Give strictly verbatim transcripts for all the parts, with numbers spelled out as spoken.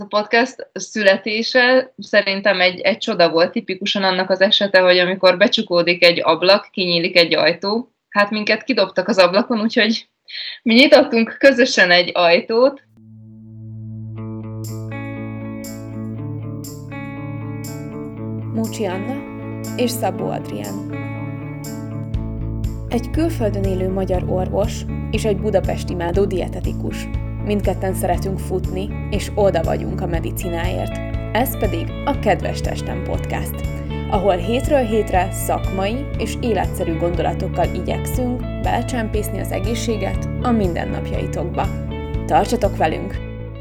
A podcast születése szerintem egy, egy csoda volt, tipikusan annak az esete, hogy amikor becsukódik egy ablak, kinyílik egy ajtó, hát minket kidobtak az ablakon, úgyhogy mi nyitottunk közösen egy ajtót. Mucsi Anna és Szabó Adrián. Egy külföldön élő magyar orvos és egy Budapest imádó dietetikus. Mindketten szeretünk futni, és oda vagyunk a medicináért. Ez pedig a Kedves Testem Podcast, ahol hétről hétre szakmai és életszerű gondolatokkal igyekszünk belecsempészni az egészséget a mindennapjaitokba. Tartsatok velünk!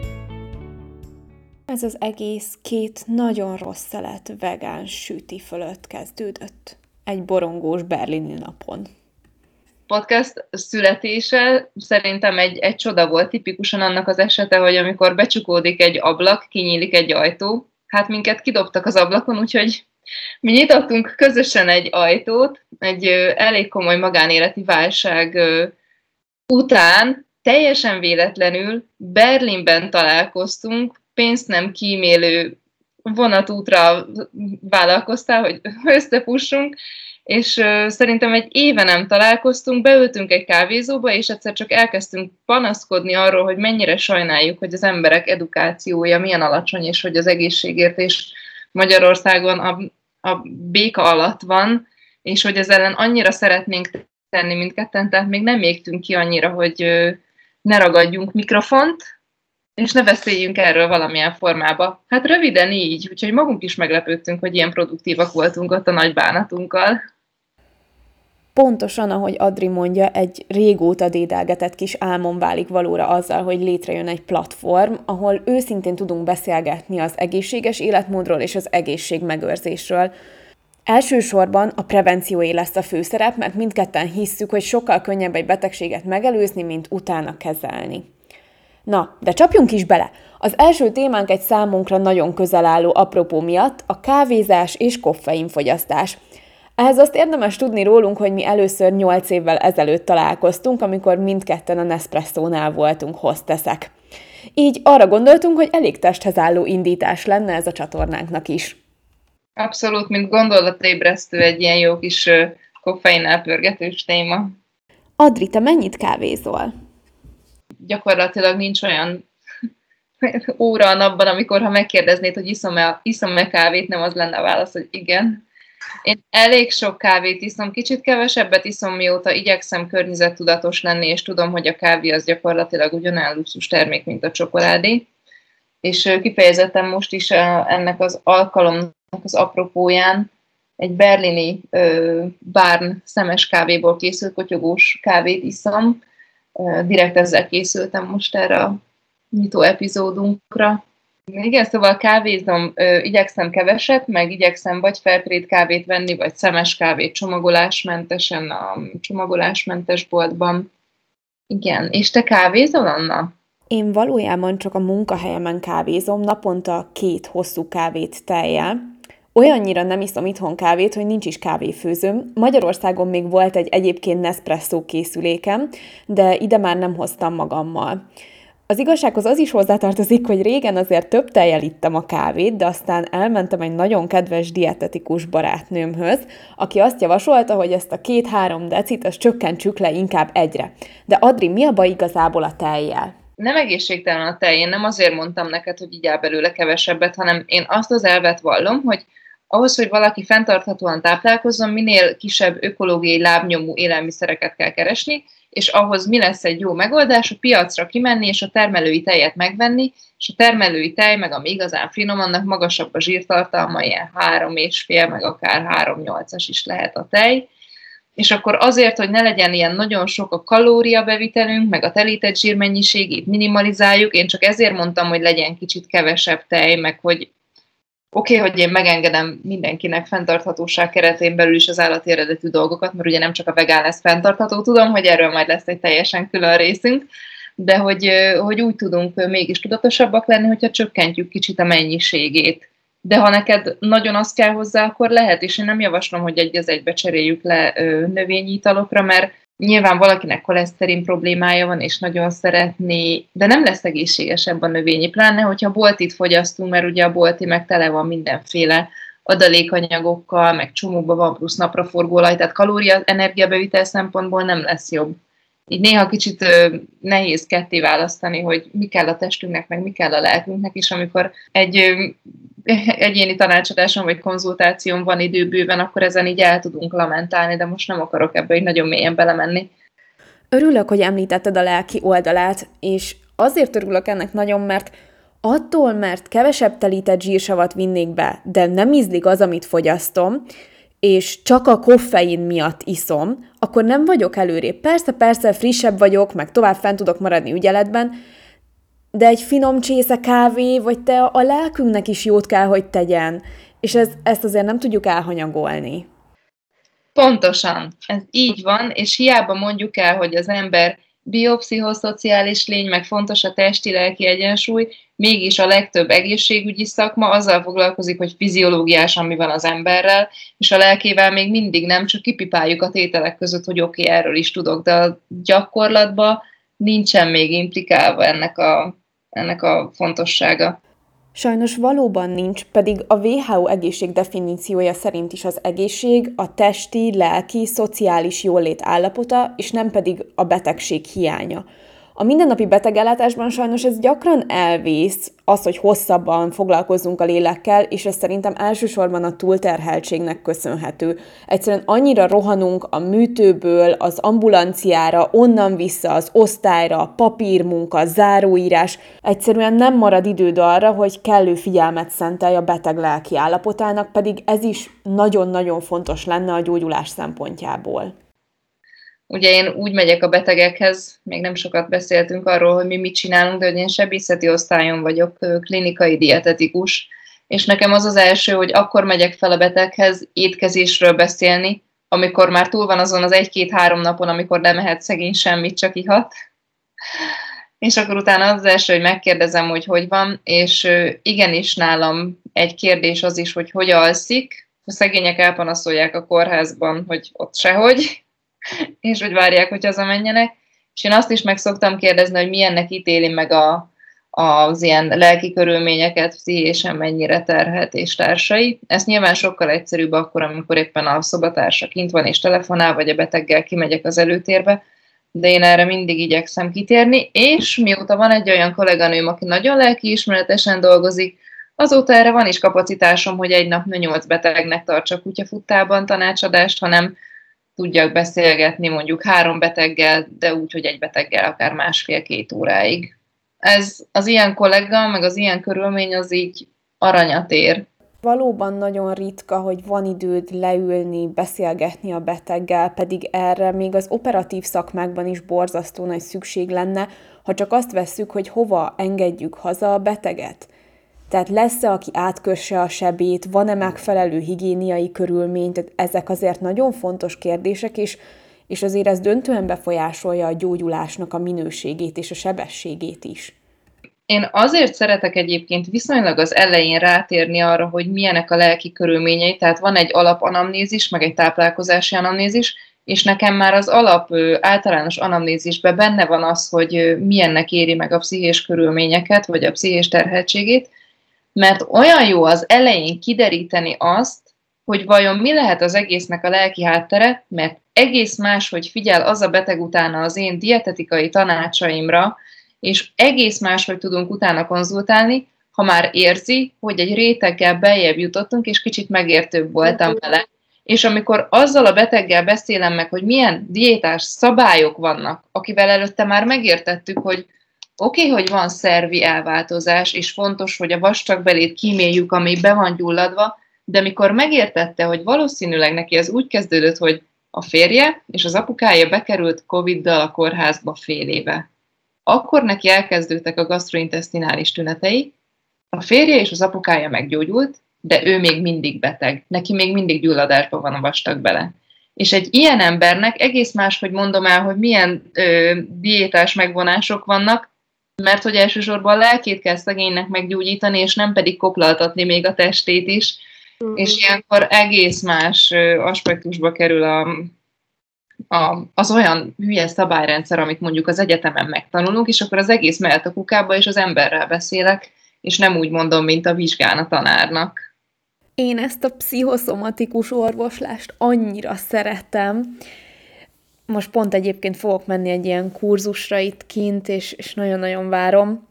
Ez az egész két nagyon rossz szelet vegán süti fölött kezdődött. Egy borongós berlini napon. Podcast születése szerintem egy, egy csoda volt, tipikusan annak az esete, hogy amikor becsukódik egy ablak, kinyílik egy ajtó, hát minket kidobtak az ablakon, úgyhogy mi nyitottunk közösen egy ajtót, egy ö, elég komoly magánéleti válság ö, után, teljesen véletlenül Berlinben találkoztunk, pénzt nem kímélő vonatútra vállalkoztál, hogy összefussunk, és uh, szerintem egy éve nem találkoztunk, beültünk egy kávézóba, és egyszer csak elkezdtünk panaszkodni arról, hogy mennyire sajnáljuk, hogy az emberek edukációja milyen alacsony, és hogy az egészségértés Magyarországon a, a béka alatt van, és hogy ez ellen annyira szeretnénk tenni mindketten, tehát még nem égtünk ki annyira, hogy uh, ne ragadjunk mikrofont, és ne beszéljünk erről valamilyen formába. Hát röviden így, úgyhogy magunk is meglepődtünk, hogy ilyen produktívak voltunk ott a nagy bánatunkkal. Pontosan, ahogy Adri mondja, egy régóta dédelgetett kis álmom válik valóra azzal, hogy létrejön egy platform, ahol őszintén tudunk beszélgetni az egészséges életmódról és az egészségmegőrzésről. Elsősorban a prevencióé lesz a főszerep, mert mindketten hisszük, hogy sokkal könnyebb egy betegséget megelőzni, mint utána kezelni. Na, de csapjunk is bele! Az első témánk egy számunkra nagyon közel álló apropó miatt a kávézás és koffeinfogyasztás. Ehhez azt érdemes tudni rólunk, hogy mi először nyolc évvel ezelőtt találkoztunk, amikor mindketten a Nespresso-nál voltunk hosteszek. Így arra gondoltunk, hogy elég testhez álló indítás lenne ez a csatornánknak is. Abszolút, mint gondolatébresztő egy ilyen jó kis koffein elpörgetős téma. Adri, te mennyit kávézol? Gyakorlatilag nincs olyan óra a napban, amikor ha megkérdeznéd, hogy iszom-e, iszom-e kávét, nem az lenne a válasz, hogy igen. Én elég sok kávét iszom, kicsit kevesebbet iszom, mióta igyekszem környezettudatos lenni, és tudom, hogy a kávé az gyakorlatilag ugyanolyan luxus termék, mint a csokoládé. És kifejezetten most is ennek az alkalomnak az apropóján egy berlini uh, Barn szemes kávéból készült kotyogós kávét iszom. Uh, direkt ezzel készültem most erre a nyitó epizódunkra. Igen, szóval kávézom, uh, igyekszem keveset, meg igyekszem vagy felprét kávét venni, vagy szemes kávét csomagolásmentesen a csomagolásmentes boltban. Igen, és te kávézol, Anna? Én valójában csak a munkahelyemen kávézom, naponta két hosszú kávét tejjel. Olyannyira nem iszom itthon kávét, hogy nincs is kávéfőzőm. Magyarországon még volt egy egyébként Nespresso készülékem, de ide már nem hoztam magammal. Az igazsághoz az is hozzátartozik, hogy régen azért több tejjel ittam a kávét, de aztán elmentem egy nagyon kedves dietetikus barátnőmhöz, aki azt javasolta, hogy ezt a két-három decit, azt csökkentsük le inkább egyre. De Adri, mi a baj igazából a tejjel? Nem egészségtelen a tej, én nem azért mondtam neked, hogy igyál belőle kevesebbet, hanem én azt az elvet vallom, hogy ahhoz, hogy valaki fenntarthatóan táplálkozzon, minél kisebb ökológiai lábnyomú élelmiszereket kell keresni, és ahhoz mi lesz egy jó megoldás, a piacra kimenni, és a termelői tejet megvenni, és a termelői tej, meg ami igazán finom, annak magasabb a zsírtartalma, ilyen három és fél, meg akár három nyolcas is lehet a tej. És akkor azért, hogy ne legyen ilyen nagyon sok a kalóriabevitelünk, meg a telített zsírmennyiségét minimalizáljuk, én csak ezért mondtam, hogy legyen kicsit kevesebb tej, meg hogy oké, okay, hogy én megengedem mindenkinek fenntarthatóság keretén belül is az állati eredetű dolgokat, mert ugye nem csak a vegán lesz fenntartható, tudom, hogy erről majd lesz egy teljesen külön részünk, de hogy, hogy úgy tudunk mégis tudatosabbak lenni, hogyha csökkentjük kicsit a mennyiségét. De ha neked nagyon az kell hozzá, akkor lehet, és én nem javaslom, hogy egy az egybe cseréljük le növényi italokra, mert nyilván valakinek koleszterin problémája van, és nagyon szeretné, de nem lesz egészségesebb a növényi, pláne, hogyha boltit fogyasztunk, mert ugye a bolti meg tele van mindenféle adalékanyagokkal, meg csomóban van plusz napraforgóolaj, tehát kalória, energiabevitel szempontból nem lesz jobb. Így néha kicsit ö, nehéz ketté választani, hogy mi kell a testünknek, meg mi kell a lelkünknek, és amikor egy ö, egyéni tanácsadáson vagy konzultáción van időbőven, akkor ezen így el tudunk lamentálni, de most nem akarok ebbe így nagyon mélyen belemenni. Örülök, hogy említetted a lelki oldalát, és azért örülök ennek nagyon, mert attól, mert kevesebb telített zsírsavat vinnék be, de nem ízlik az, amit fogyasztom, és csak a koffein miatt iszom, akkor nem vagyok előrébb. Persze, persze, frissebb vagyok, meg tovább fent tudok maradni ügyeletben, de egy finom csésze kávé, vagy te a lelkünknek is jót kell, hogy tegyen. És ez, ezt azért nem tudjuk elhanyagolni. Pontosan, ez így van, és hiába mondjuk el, hogy az ember biopszichoszociális lény, meg fontos a testi-lelki egyensúly, mégis a legtöbb egészségügyi szakma azzal foglalkozik, hogy fiziológiásan mi van az emberrel, és a lelkével még mindig nem, csak kipipáljuk a tételek között, hogy oké, okay, erről is tudok, de a gyakorlatban nincsen még implikálva ennek a, ennek a fontossága. Sajnos valóban nincs, pedig a dupla vé há ó egészség definíciója szerint is az egészség a testi, lelki, szociális jólét állapota, és nem pedig a betegség hiánya. A mindennapi betegellátásban sajnos ez gyakran elvész, az, hogy hosszabban foglalkozzunk a lélekkel, és ez szerintem elsősorban a túlterheltségnek köszönhető. Egyszerűen annyira rohanunk a műtőből, az ambulanciára, onnan vissza az osztályra, papírmunka, záróírás. Egyszerűen nem marad időd arra, hogy kellő figyelmet szentelj a beteg lelki állapotának, pedig ez is nagyon-nagyon fontos lenne a gyógyulás szempontjából. Ugye én úgy megyek a betegekhez, még nem sokat beszéltünk arról, hogy mi mit csinálunk, de hogy én sebészeti osztályon vagyok, klinikai dietetikus, és nekem az az első, hogy akkor megyek fel a beteghez étkezésről beszélni, amikor már túl van azon az egy-két-három napon, amikor nem ehet szegény semmit, csak ihat. És akkor utána az, az első, hogy megkérdezem, hogy hogy van, és igenis nálam egy kérdés az is, hogy hogy alszik. A szegények elpanaszolják a kórházban, hogy ott sehogy, és hogy várják, hogy hazamenjenek. És én azt is meg szoktam kérdezni, hogy milyennek ítéli meg a, az ilyen lelki körülményeket, pszichésen mennyire terhelt és társai. Ez nyilván sokkal egyszerűbb akkor, amikor éppen a szobatársa kint van és telefonál, vagy a beteggel kimegyek az előtérbe, de én erre mindig igyekszem kitérni, és mióta van egy olyan kolléganőm, aki nagyon lelkiismeretesen dolgozik, azóta erre van is kapacitásom, hogy egy nap ne nyolc betegnek tartsak kutyafuttában tanácsadást, hanem tudjak beszélgetni mondjuk három beteggel, de úgy, hogy egy beteggel akár másfél-két óráig. Ez az ilyen kollega, meg az ilyen körülmény az így aranyat ér. Valóban nagyon ritka, hogy van időd leülni, beszélgetni a beteggel, pedig erre még az operatív szakmákban is borzasztó nagy szükség lenne, ha csak azt vesszük, hogy hova engedjük haza a beteget. Tehát lesz-e, aki átkösse a sebét, van-e megfelelő higiéniai körülmény, tehát ezek azért nagyon fontos kérdések, és, és azért ez döntően befolyásolja a gyógyulásnak a minőségét és a sebességét is. Én azért szeretek egyébként viszonylag az elején rátérni arra, hogy milyenek a lelki körülményei, tehát van egy alapanamnézis, meg egy táplálkozási anamnézis, és nekem már az alap általános anamnézisben benne van az, hogy milyennek éri meg a pszichés körülményeket, vagy a pszichés terheltségét, mert olyan jó az elején kideríteni azt, hogy vajon mi lehet az egésznek a lelki háttere, mert egész más, hogy figyel az a beteg utána az én dietetikai tanácsaimra, és egész más, hogy tudunk utána konzultálni, ha már érzi, hogy egy réteggel beljebb jutottunk, és kicsit megértőbb voltam vele. És amikor azzal a beteggel beszélem meg, hogy milyen diétás szabályok vannak, akivel előtte már megértettük, hogy oké, okay, hogy van szervi elváltozás, és fontos, hogy a vastagbelét kíméljük, ami be van gyulladva, de mikor megértette, hogy valószínűleg neki ez úgy kezdődött, hogy a férje és az apukája bekerült Coviddal a kórházba fél éve. Akkor neki elkezdődtek a gasztrointesztinális tünetei, a férje és az apukája meggyógyult, de ő még mindig beteg, neki még mindig gyulladásban van a vastagbele. És egy ilyen embernek egész máshogy mondom el, hogy milyen ö, diétás megvonások vannak, mert hogy elsősorban a lelkét kell szegénynek meggyógyítani, és nem pedig koplaltatni még a testét is, mm. és ilyenkor egész más aspektusba kerül a, a, az olyan hülye szabályrendszer, amit mondjuk az egyetemen megtanulunk, és akkor az egész mehet a kukába, és az emberrel beszélek, és nem úgy mondom, mint a vizsgán a tanárnak. Én ezt a pszichoszomatikus orvoslást annyira szeretem. Most pont egyébként fogok menni egy ilyen kurzusra itt kint, és, és nagyon-nagyon várom.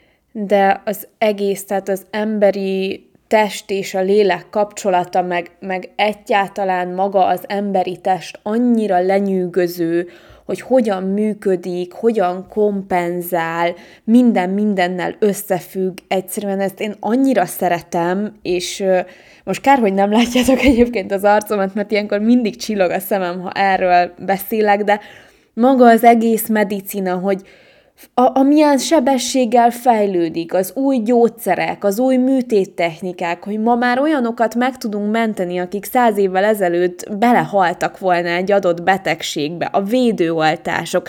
De az egész, tehát az emberi test és a lélek kapcsolata, meg, meg egyáltalán maga az emberi test annyira lenyűgöző, hogy hogyan működik, hogyan kompenzál, minden mindennel összefügg. Egyszerűen ezt én annyira szeretem, és most kár, hogy nem látjátok egyébként az arcomat, mert ilyenkor mindig csillog a szemem, ha erről beszélek, de maga az egész medicina, hogy A, amilyen sebességgel fejlődik, az új gyógyszerek, az új műtéttechnikák, hogy ma már olyanokat meg tudunk menteni, akik száz évvel ezelőtt belehaltak volna egy adott betegségbe, a védőoltások.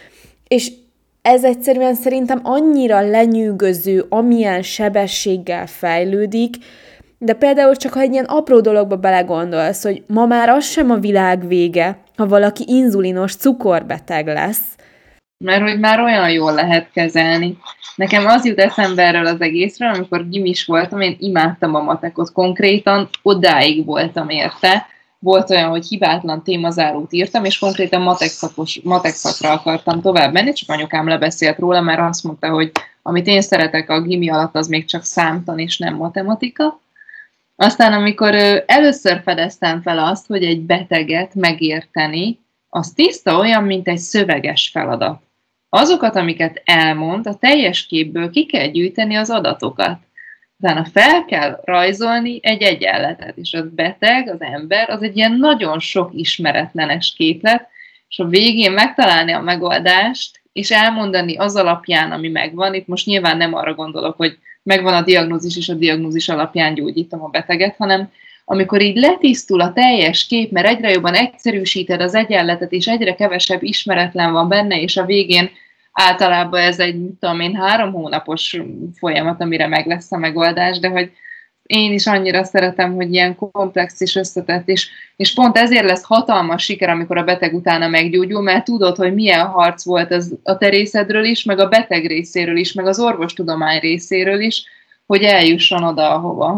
És ez egyszerűen szerintem annyira lenyűgöző, amilyen sebességgel fejlődik, de például csak ha egy ilyen apró dologba belegondolsz, hogy ma már az sem a világ vége, ha valaki inzulinos cukorbeteg lesz, mert hogy már olyan jól lehet kezelni. Nekem az jut eszembe erről az egészről, amikor gimis voltam, én imádtam a matekot konkrétan, odáig voltam érte. Volt olyan, hogy hibátlan témazárót írtam, és konkrétan matek, szakos, matek szakra akartam tovább menni, csak anyukám lebeszélt róla, mert azt mondta, hogy amit én szeretek a gimi alatt, az még csak számtan és nem matematika. Aztán amikor először fedeztem fel azt, hogy egy beteget megérteni, az tiszta olyan, mint egy szöveges feladat. Azokat, amiket elmond, a teljes képből ki kell gyűjteni az adatokat. Utána fel kell rajzolni egy egyenletet, és az beteg, az ember, az egy ilyen nagyon sok ismeretlenes képlet, és a végén megtalálni a megoldást, és elmondani az alapján, ami megvan. Itt most nyilván nem arra gondolok, hogy megvan a diagnózis, és a diagnózis alapján gyógyítom a beteget, hanem amikor így letisztul a teljes kép, mert egyre jobban egyszerűsíted az egyenletet, és egyre kevesebb ismeretlen van benne, és a végén általában ez egy, tudom én, három hónapos folyamat, amire meg lesz a megoldás, de hogy én is annyira szeretem, hogy ilyen komplex és összetett, és, és pont ezért lesz hatalmas siker, amikor a beteg utána meggyógyul, mert tudod, hogy milyen harc volt az a te részedről is, meg a beteg részéről is, meg az orvostudomány részéről is, hogy eljusson oda, ahova.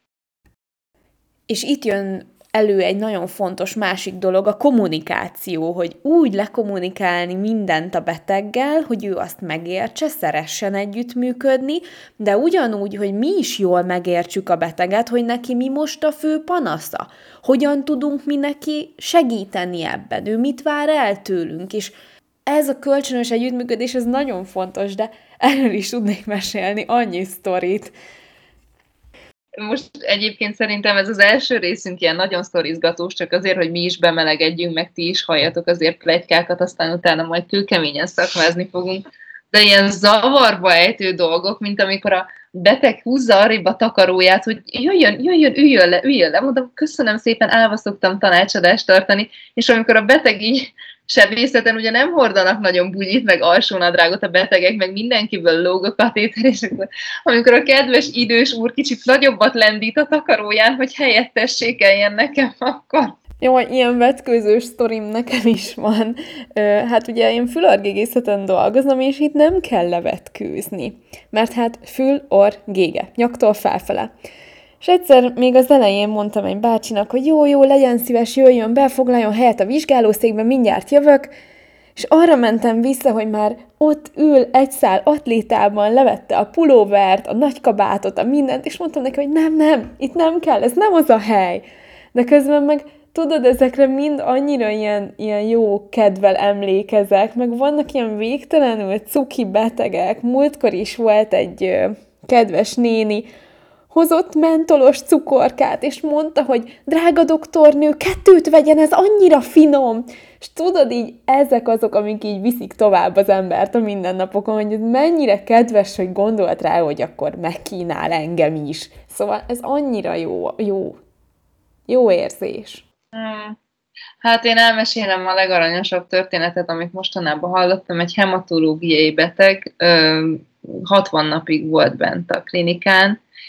És itt jön elő egy nagyon fontos másik dolog, a kommunikáció, hogy úgy lekommunikálni mindent a beteggel, hogy ő azt megértse, szeressen együttműködni, de ugyanúgy, hogy mi is jól megértsük a beteget, hogy neki mi most a fő panasza, hogyan tudunk mi neki segíteni ebben, ő mit vár el tőlünk, és ez a kölcsönös együttműködés, ez nagyon fontos, de erről is tudnék mesélni annyi sztorit. Most egyébként szerintem ez az első részünk ilyen nagyon sztorizgatós, csak azért, hogy mi is bemelegedjünk, meg ti is halljatok azért pletykákat, aztán utána majd kőkeményen szakmázni fogunk. De ilyen zavarba ejtő dolgok, mint amikor a beteg húzza arrébb a takaróját, hogy jöjjön, jöjjön, üljön le, üljön le, mondom, köszönöm szépen, állva szoktam tanácsadást tartani, és amikor a beteg így sebészeten ugye nem hordanak nagyon bugyit, meg alsónadrágot a betegek, meg mindenkiből lóg a katéter, és akkor, amikor a kedves idős úr kicsit nagyobbat lendít a takaróján, hogy helyettessékeljen nekem, akkor... Jó, ilyen vetkőzős sztorim nekem is van. Hát ugye én fülargégészeten dolgozom, és itt nem kell levetkőzni. Mert hát fül, orr, gége, nyaktól felfele. És egyszer még az elején mondtam egy bácsinak, hogy jó, jó, legyen szíves, jöjjön be, foglaljon helyet a vizsgálószékben, mindjárt jövök, és arra mentem vissza, hogy már ott ül egy szál atlétában, levette a pulóvert, a nagykabátot, a mindent, és mondtam neki, hogy nem, nem, itt nem kell, ez nem az a hely. De közben meg tudod, ezekre mind annyira ilyen, ilyen jó kedvel emlékezek, meg vannak ilyen végtelenül cuki betegek. Múltkor is volt egy ö, kedves néni, hozott mentolos cukorkát, és mondta, hogy drága doktornő, kettőt vegyen, ez annyira finom. És tudod, így ezek azok, amik így viszik tovább az embert a mindennapokon, hogy ez mennyire kedves, hogy gondolt rá, hogy akkor megkínál engem is. Szóval ez annyira jó, jó, jó érzés. Hmm. Hát én elmesélem a legaranyosabb történetet, amit mostanában hallottam. Egy hematológiai beteg ö, hatvan napig volt bent a klinikán,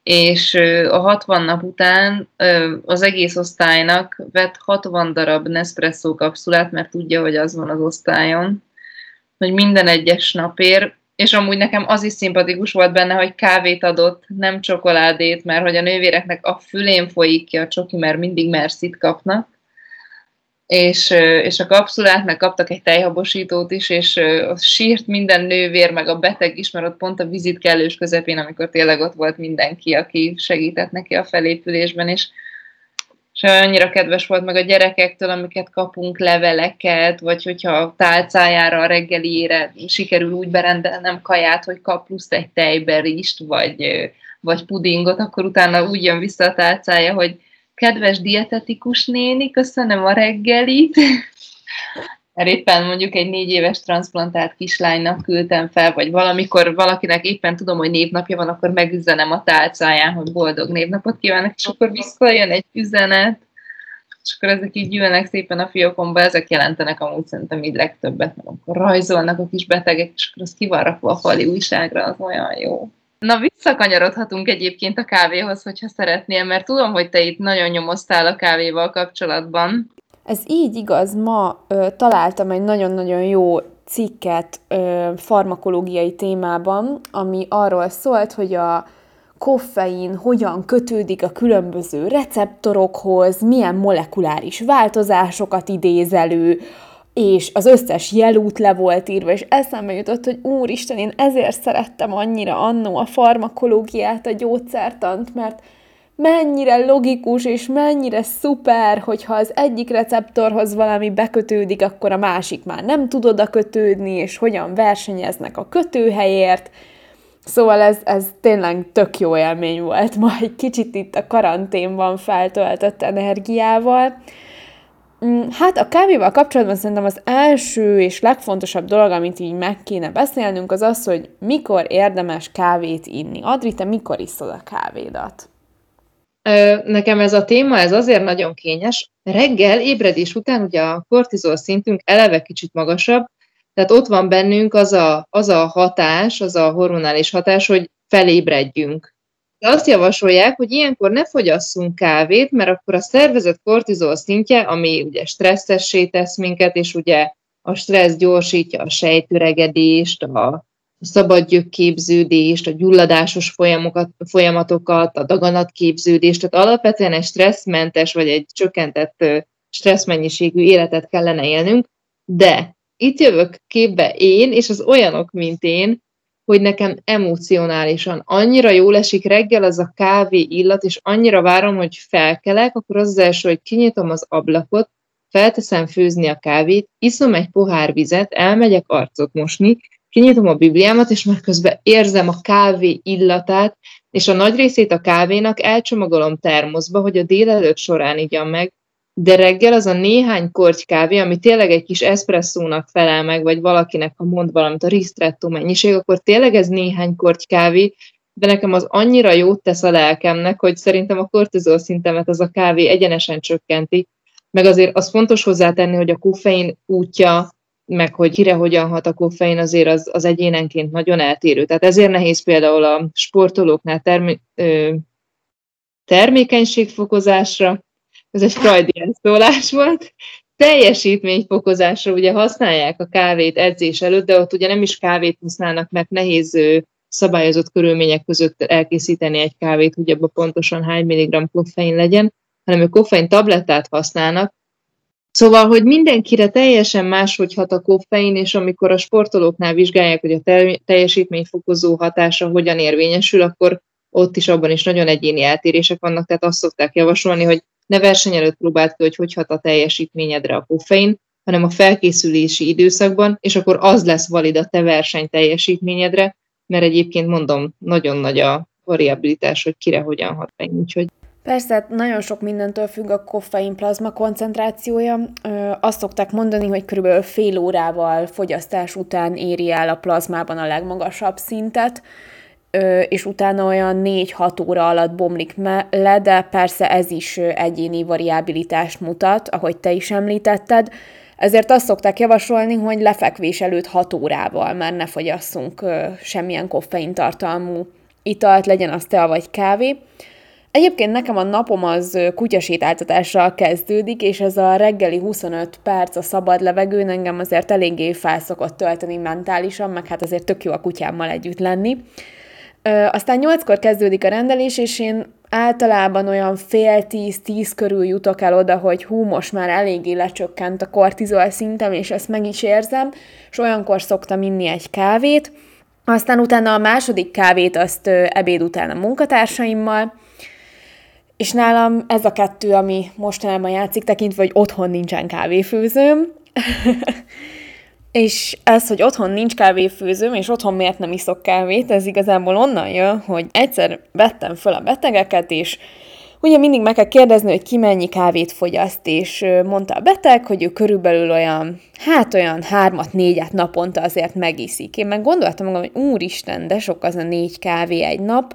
és a hatvan nap után az egész osztálynak vett hatvan darab Nespresso kapszulát, mert tudja, hogy az van az osztályon, hogy minden egyes napért, és amúgy nekem az is szimpatikus volt benne, hogy kávét adott, nem csokoládét, mert hogy a nővéreknek a fülén folyik ki a csoki, mert mindig Mercit kapnak, és, és a kapszulátnak kaptak egy tejhabosítót is, és az sírt minden nővér, meg a beteg is, mert ott pont a vizit kellős közepén, amikor tényleg ott volt mindenki, aki segített neki a felépülésben, és, és annyira kedves volt meg a gyerekektől, amiket kapunk, leveleket, vagy hogyha a tálcájára, a reggeliére sikerül úgy berendelnem kaját, hogy kap plusz egy tejberist, vagy, vagy pudingot, akkor utána úgy jön vissza a tálcája, hogy kedves dietetikus néni, köszönöm a reggelit. Mert éppen mondjuk egy négy éves transzplantált kislánynak küldtem fel, vagy valamikor valakinek éppen tudom, hogy névnapja van, akkor megüzenem a tálcáján, hogy boldog névnapot kívánok, és akkor visszajön egy üzenet, és akkor ezek így gyűlnek szépen a fiókomba, ezek jelentenek amúgy szerintem így legtöbbet, mert akkor rajzolnak a kis betegek, és akkor az ki van rakva a fali újságra, az olyan jó. Na, visszakanyarodhatunk egyébként a kávéhoz, hogyha szeretnél, mert tudom, hogy te itt nagyon nyomoztál a kávéval kapcsolatban. Ez így igaz, ma ö, találtam egy nagyon-nagyon jó cikket ö, farmakológiai témában, ami arról szólt, hogy a koffein hogyan kötődik a különböző receptorokhoz, milyen molekuláris változásokat idéz elő, és az összes jelút le volt írva, és eszembe jutott, hogy úristen, én ezért szerettem annyira annó a farmakológiát, a gyógyszertant, mert mennyire logikus, és mennyire szuper, hogyha az egyik receptorhoz valami bekötődik, akkor a másik már nem tud oda kötődni, és hogyan versenyeznek a kötőhelyért. Szóval ez, ez tényleg tök jó élmény volt ma egy kicsit itt a karanténban feltöltött energiával. Hát a kávéval kapcsolatban szerintem az első és legfontosabb dolog, amit így meg kéne beszélnünk, az az, hogy mikor érdemes kávét inni. Adri, te mikor iszod a kávédat? Nekem ez a téma, ez azért nagyon kényes. Reggel ébredés után ugye a kortizol szintünk eleve kicsit magasabb, tehát ott van bennünk az a, az a hatás, az a hormonális hatás, hogy felébredjünk. De azt javasolják, hogy ilyenkor ne fogyasszunk kávét, mert akkor a szervezet kortizol szintje, ami ugye stresszessé tesz minket, és ugye a stressz gyorsítja a sejtüregedést, a szabadgyökképződést, a gyulladásos folyamokat, folyamatokat, a daganatképződést, tehát alapvetően egy stresszmentes vagy egy csökkentett stresszmennyiségű életet kellene élnünk, de itt jövök képbe én, és az olyanok, mint én, hogy nekem emocionálisan annyira jól esik reggel az a kávé illat, és annyira várom, hogy felkelek, akkor az az első, hogy kinyitom az ablakot, felteszem főzni a kávét, iszom egy pohár vizet, elmegyek arcot mosni, kinyitom a Bibliámat, és már közben érzem a kávé illatát, és a nagy részét a kávénak elcsomagolom termoszba, hogy a délelőtt során igyam meg, de reggel az a néhány korty kávé, ami tényleg egy kis eszpresszónak felel meg, vagy valakinek, ha mond valamit, a ristretto mennyiség, akkor tényleg ez néhány korty kávé, de nekem az annyira jót tesz a lelkemnek, hogy szerintem a kortizol szintemet az a kávé egyenesen csökkenti, meg azért az fontos hozzátenni, hogy a koffein útja, meg hogy kire hogyan hat a koffein, azért az, az egyénenként nagyon eltérő. Tehát ezért nehéz például a sportolóknál termé- ö, termékenységfokozásra, ez egy freudian szólás volt, teljesítményfokozásra ugye használják a kávét edzés előtt, de ott ugye nem is kávét használnak, mert nehéz szabályozott körülmények között elkészíteni egy kávét, hogy abban pontosan hány milligramm koffein legyen, hanem ők koffein tablettát használnak. Szóval, hogy mindenkire teljesen máshogy hat a koffein, és amikor a sportolóknál vizsgálják, hogy a teljesítményfokozó hatása hogyan érvényesül, akkor ott is abban is nagyon egyéni eltérések vannak, tehát azt szokták javasolni, hogy ne verseny előtt próbáld ki, hogy hogy hat a teljesítményedre a koffein, hanem a felkészülési időszakban, és akkor az lesz valid a te verseny teljesítményedre, mert egyébként mondom, nagyon nagy a variabilitás, hogy kire hogyan hat meg, úgyhogy Persze, nagyon sok mindentől függ a koffein plazma koncentrációja. Ö, azt szokták mondani, hogy körülbelül fél órával fogyasztás után éri el a plazmában a legmagasabb szintet, ö, és utána olyan négy-hat óra alatt bomlik le, de persze ez is egyéni variabilitást mutat, ahogy te is említetted. Ezért azt szokták javasolni, hogy lefekvés előtt hat órával már ne fogyasszunk ö, semmilyen koffein tartalmú italt, legyen az tea vagy kávé. Egyébként nekem a napom az kutyasétáltatással kezdődik, és ez a reggeli huszonöt perc a szabad levegőn engem azért eléggé fel szokott tölteni mentálisan, meg hát azért tök jó a kutyámmal együtt lenni. Ö, aztán nyolckor kezdődik a rendelés, és én általában olyan fél tíz, tíz körül jutok el oda, hogy hú, most már eléggé lecsökkent a kortizol szintem, és ezt meg is érzem, és olyankor szoktam inni egy kávét, aztán utána a második kávét azt ö, ebéd után a munkatársaimmal, és nálam ez a kettő, ami mostanában játszik, tekintve, hogy otthon nincsen kávéfőzőm. És ez, hogy otthon nincs kávéfőzőm, és otthon miért nem iszok kávét, ez igazából onnan jön, hogy egyszer vettem föl a betegeket, és ugye mindig meg kell kérdezni, hogy ki mennyi kávét fogyaszt, és mondta a beteg, hogy ő körülbelül olyan, hát olyan hármat, négyet naponta azért megiszik. Én meg gondoltam magam, hogy úristen, de sok az a négy kávé egy nap.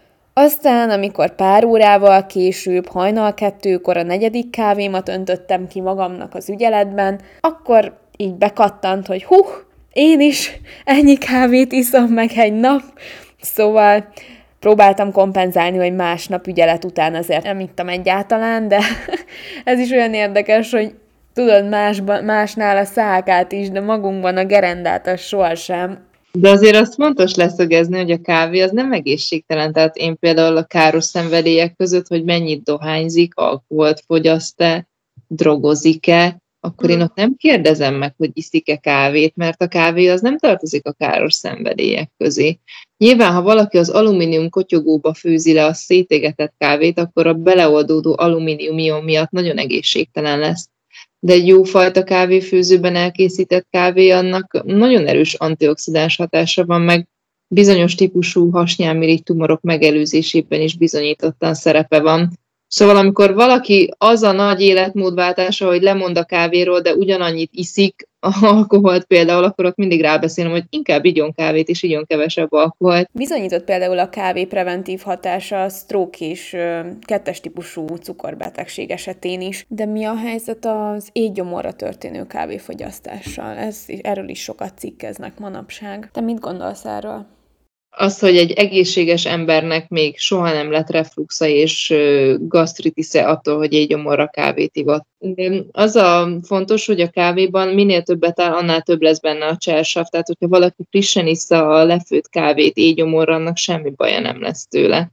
Aztán, amikor pár órával később, hajnal kettőkor a negyedik kávémat öntöttem ki magamnak az ügyeletben, akkor így bekattant, hogy hú, én is ennyi kávét iszom meg egy nap. Szóval próbáltam kompenzálni, hogy másnap ügyelet után azért nem ittam egyáltalán, de ez is olyan érdekes, hogy tudod, másban, másnál a szálkát is, de magunkban a gerendát az sohasem. De azért azt fontos leszögezni, hogy a kávé az nem egészségtelen, tehát én például a káros szenvedélyek között, hogy mennyit dohányzik, alkoholt fogyaszt-e, drogozik-e, akkor én ott nem kérdezem meg, hogy iszik-e kávét, mert a kávé az nem tartozik a káros szenvedélyek közé. Nyilván, ha valaki az alumínium kotyogóba főzi le a szétégetett kávét, akkor a beleoldódó alumínium ion miatt nagyon egészségtelen lesz. De egy jófajta kávéfőzőben elkészített kávé, annak nagyon erős antioxidáns hatása van, meg bizonyos típusú hasnyálmirigy tumorok megelőzésében is bizonyítottan szerepe van. Szóval amikor valaki az a nagy életmódváltása, hogy lemond a kávéról, de ugyanannyit iszik alkoholt például, akkor ott mindig rábeszélem, hogy inkább igyon kávét és igyon kevesebb alkoholt. Bizonyított például a kávé preventív hatása a stroke és ö, kettes típusú cukorbetegség esetén is. De mi a helyzet az étgyomorra történő kávéfogyasztással? Ez, erről is sokat cikkeznek manapság. Te mit gondolsz erről? Az, hogy egy egészséges embernek még soha nem lett refluxa és gasztritisze attól, hogy egy gyomorra kávét ivott. Az a fontos, hogy a kávéban minél többet áll, annál több lesz benne a csersav. Tehát, hogyha valaki frissen issza a lefőtt kávét éjgyomorra, annak semmi baja nem lesz tőle.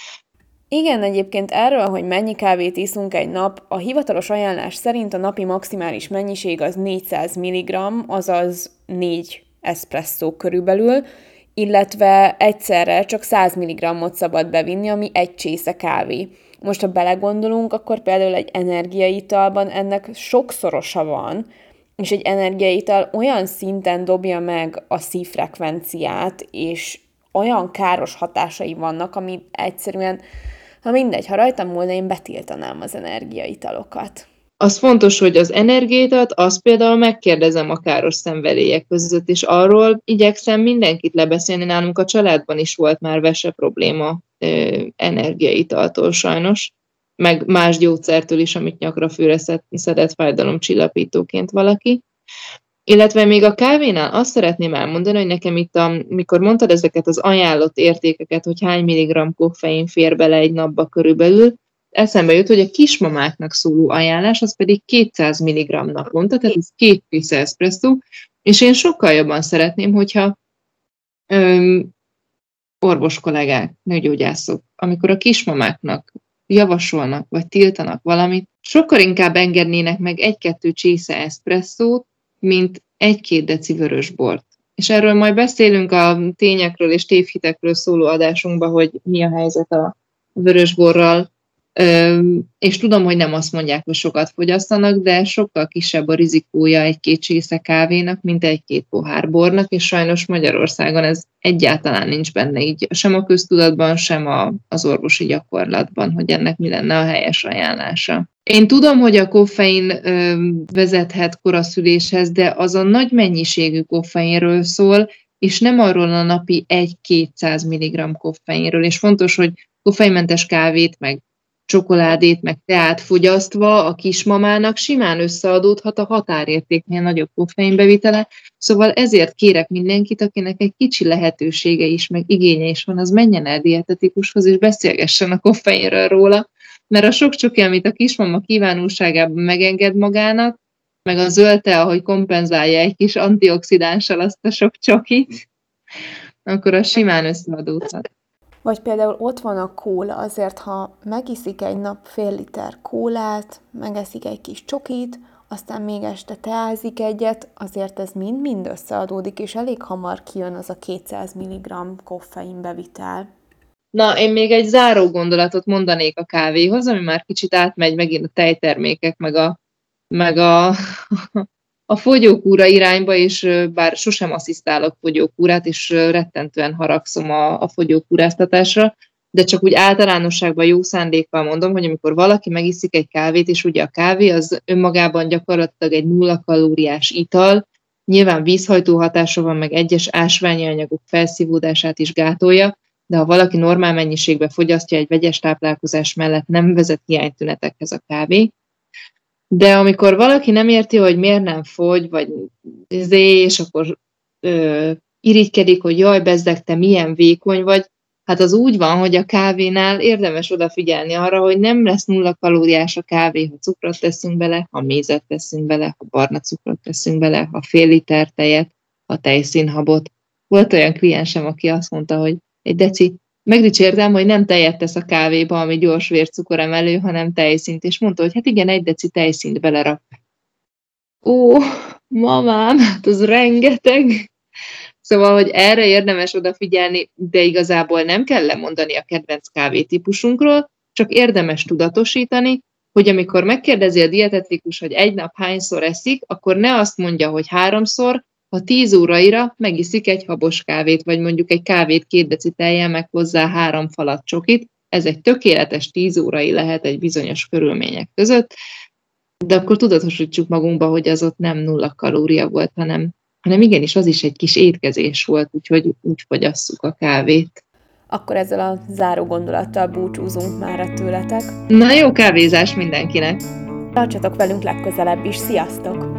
Igen, egyébként erről, hogy mennyi kávét iszunk egy nap, a hivatalos ajánlás szerint a napi maximális mennyiség az négyszáz milligramm, azaz négy eszpresszó körülbelül, illetve egyszerre csak száz milligrammot szabad bevinni, ami egy csésze kávé. Most, ha belegondolunk, akkor például egy energiaitalban ennek sokszorosa van, és egy energiaital olyan szinten dobja meg a szívfrekvenciát, és olyan káros hatásai vannak, ami egyszerűen, ha mindegy, ha rajtam volna, én betiltanám az energiaitalokat. Az fontos, hogy az energiát, azt például megkérdezem a káros szenvedélyek között, és arról igyekszem mindenkit lebeszélni. Nálunk a családban is volt már vese probléma ö, energiaitaltól sajnos, meg más gyógyszertől is, amit nyakra főre szedett fájdalomcsillapítóként valaki. Illetve még a kávénál azt szeretném elmondani, hogy nekem itt, amikor mondtad ezeket az ajánlott értékeket, hogy hány milligramm koffein fér bele egy napba körülbelül, eszembe jut, hogy a kismamáknak szóló ajánlás, az pedig kétszáz milligramm naponta, tehát ez két csésze eszpresszó, és én sokkal jobban szeretném, hogyha öm, orvos kollégák, nőgyógyászok, amikor a kismamáknak javasolnak, vagy tiltanak valamit, sokkal inkább engednének meg egy-kettő csésze eszpresszót, mint egy-két deci vörösbort. És erről majd beszélünk a tényekről és tévhitekről szóló adásunkban, hogy mi a helyzet a vörösborral, és tudom, hogy nem azt mondják, hogy sokat fogyasztanak, de sokkal kisebb a rizikója egy-két csésze kávénak, mint egy-két pohár bornak, és sajnos Magyarországon ez egyáltalán nincs benne így, sem a köztudatban, sem a, az orvosi gyakorlatban, hogy ennek mi lenne a helyes ajánlása. Én tudom, hogy a koffein ö, vezethet koraszüléshez, de az a nagy mennyiségű koffeinről szól, és nem arról a napi egy-kétszáz milligramm koffeinről, és fontos, hogy koffeinmentes kávét, meg csokoládét, meg teát fogyasztva a kismamának simán összeadódhat a határértéknél nagyobb koffeinbevitele, szóval ezért kérek mindenkit, akinek egy kicsi lehetősége is, meg igénye is van, az menjen el dietetikushoz, és beszélgessen a koffeinről róla, mert a sok csoki, amit a kismama kívánulságában megenged magának, meg a zöld tea, ahogy kompenzálja egy kis antioxidánssal azt a sok csokit, akkor az simán összeadódhat. Vagy például ott van a kóla, azért ha megiszik egy nap fél liter kólát, megeszik egy kis csokit, aztán még este teázik egyet, azért ez mind-mind összeadódik, és elég hamar kijön az a kétszáz milligramm koffeinbevitel. Na, én még egy záró gondolatot mondanék a kávéhoz, ami már kicsit átmegy megint a tejtermékek, meg a, meg a, a fogyókúra irányba, és bár sosem asszisztálok fogyókúrát, és rettentően haragszom a, a fogyókúráztatásra, de csak úgy általánosságban jó szándékkal mondom, hogy amikor valaki megiszik egy kávét, és ugye a kávé az önmagában gyakorlatilag egy nulla kalóriás ital, nyilván vízhajtó hatása van, meg egyes ásványi anyagok felszívódását is gátolja, de ha valaki normál mennyiségben fogyasztja egy vegyes táplálkozás mellett, nem vezet hiánytünetekhez a kávé. De amikor valaki nem érti, hogy miért nem fogy, vagy zé, és akkor ö, irigykedik, hogy jaj, bezzeg, te milyen vékony vagy, hát az úgy van, hogy a kávénál érdemes odafigyelni arra, hogy nem lesz nulla kalóriás a kávé, ha cukrot teszünk bele, ha mézet teszünk bele, ha barna cukrot teszünk bele, ha fél liter tejet, ha tejszínhabot. Volt olyan kliensem, aki azt mondta, hogy egy deci, megdicsértem, hogy nem tejet tesz a kávéba, ami gyors vércukoremelő, hanem tejszínt, és mondta, hogy hát igen, egy deci tejszínt belerak. Ó, mamám, hát az rengeteg. Szóval, hogy erre érdemes odafigyelni, de igazából nem kell lemondani a kedvenc kávétípusunkról, csak érdemes tudatosítani, hogy amikor megkérdezi a dietetikus, hogy egy nap hányszor eszik, akkor ne azt mondja, hogy háromszor, ha tíz óraira megiszik egy habos kávét, vagy mondjuk egy kávét két deci tejjel, meg hozzá három falat csokit, ez egy tökéletes tíz órai lehet egy bizonyos körülmények között, de akkor tudatosítsuk magunkba, hogy az ott nem nulla kalória volt, hanem, hanem igenis az is egy kis étkezés volt, úgyhogy úgy fogyasszuk a kávét. Akkor ezzel a záró gondolattal búcsúzunk már tőletek. Na jó kávézás mindenkinek! Tartsatok velünk legközelebb is, sziasztok!